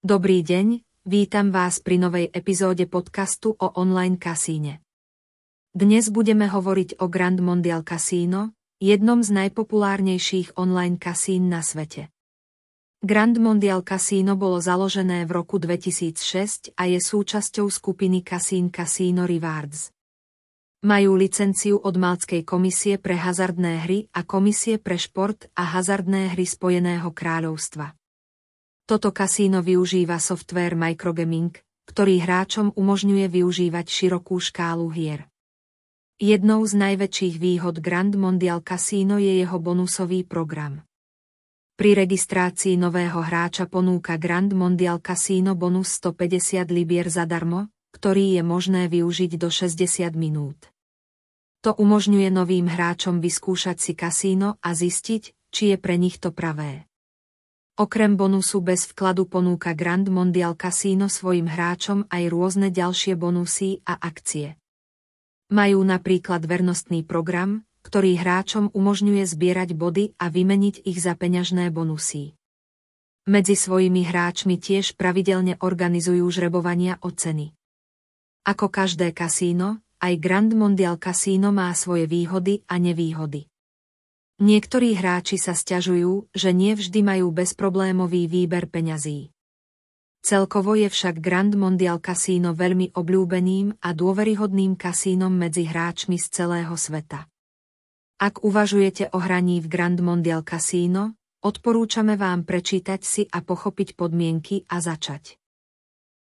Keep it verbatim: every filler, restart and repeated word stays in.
Dobrý deň, vítam vás pri novej epizóde podcastu o online kasíne. Dnes budeme hovoriť o Grand Mondial Casino, jednom z najpopulárnejších online kasín na svete. Grand Mondial Casino bolo založené v roku dvetisícšesť a je súčasťou skupiny kasín Casino Rewards. Majú licenciu od Maltskej komisie pre hazardné hry a Komisie pre šport a hazardné hry Spojeného kráľovstva. Toto kasíno využíva softvér microgaming, ktorý hráčom umožňuje využívať širokú škálu hier. Jednou z najväčších výhod Grand Mondial Casino je jeho bonusový program. Pri registrácii nového hráča ponúka Grand Mondial Casino bonus stopäťdesiat libier zadarmo, ktorý je možné využiť do šesťdesiat minút. To umožňuje novým hráčom vyskúšať si kasíno a zistiť, či je pre nich to pravé. Okrem bonusu bez vkladu ponúka Grand Mondial Casino svojim hráčom aj rôzne ďalšie bonusy a akcie. Majú napríklad vernostný program, ktorý hráčom umožňuje zbierať body a vymeniť ich za peňažné bonusy. Medzi svojimi hráčmi tiež pravidelne organizujú žrebovania o ceny. Ako každé kasíno, aj Grand Mondial Casino má svoje výhody a nevýhody. Niektorí hráči sa sťažujú, že nie vždy majú bezproblémový výber peňazí. Celkovo je však Grand Mondial Casino veľmi obľúbeným a dôveryhodným kasínom medzi hráčmi z celého sveta. Ak uvažujete o hraní v Grand Mondial Casino, odporúčame vám prečítať si a pochopiť podmienky a začať.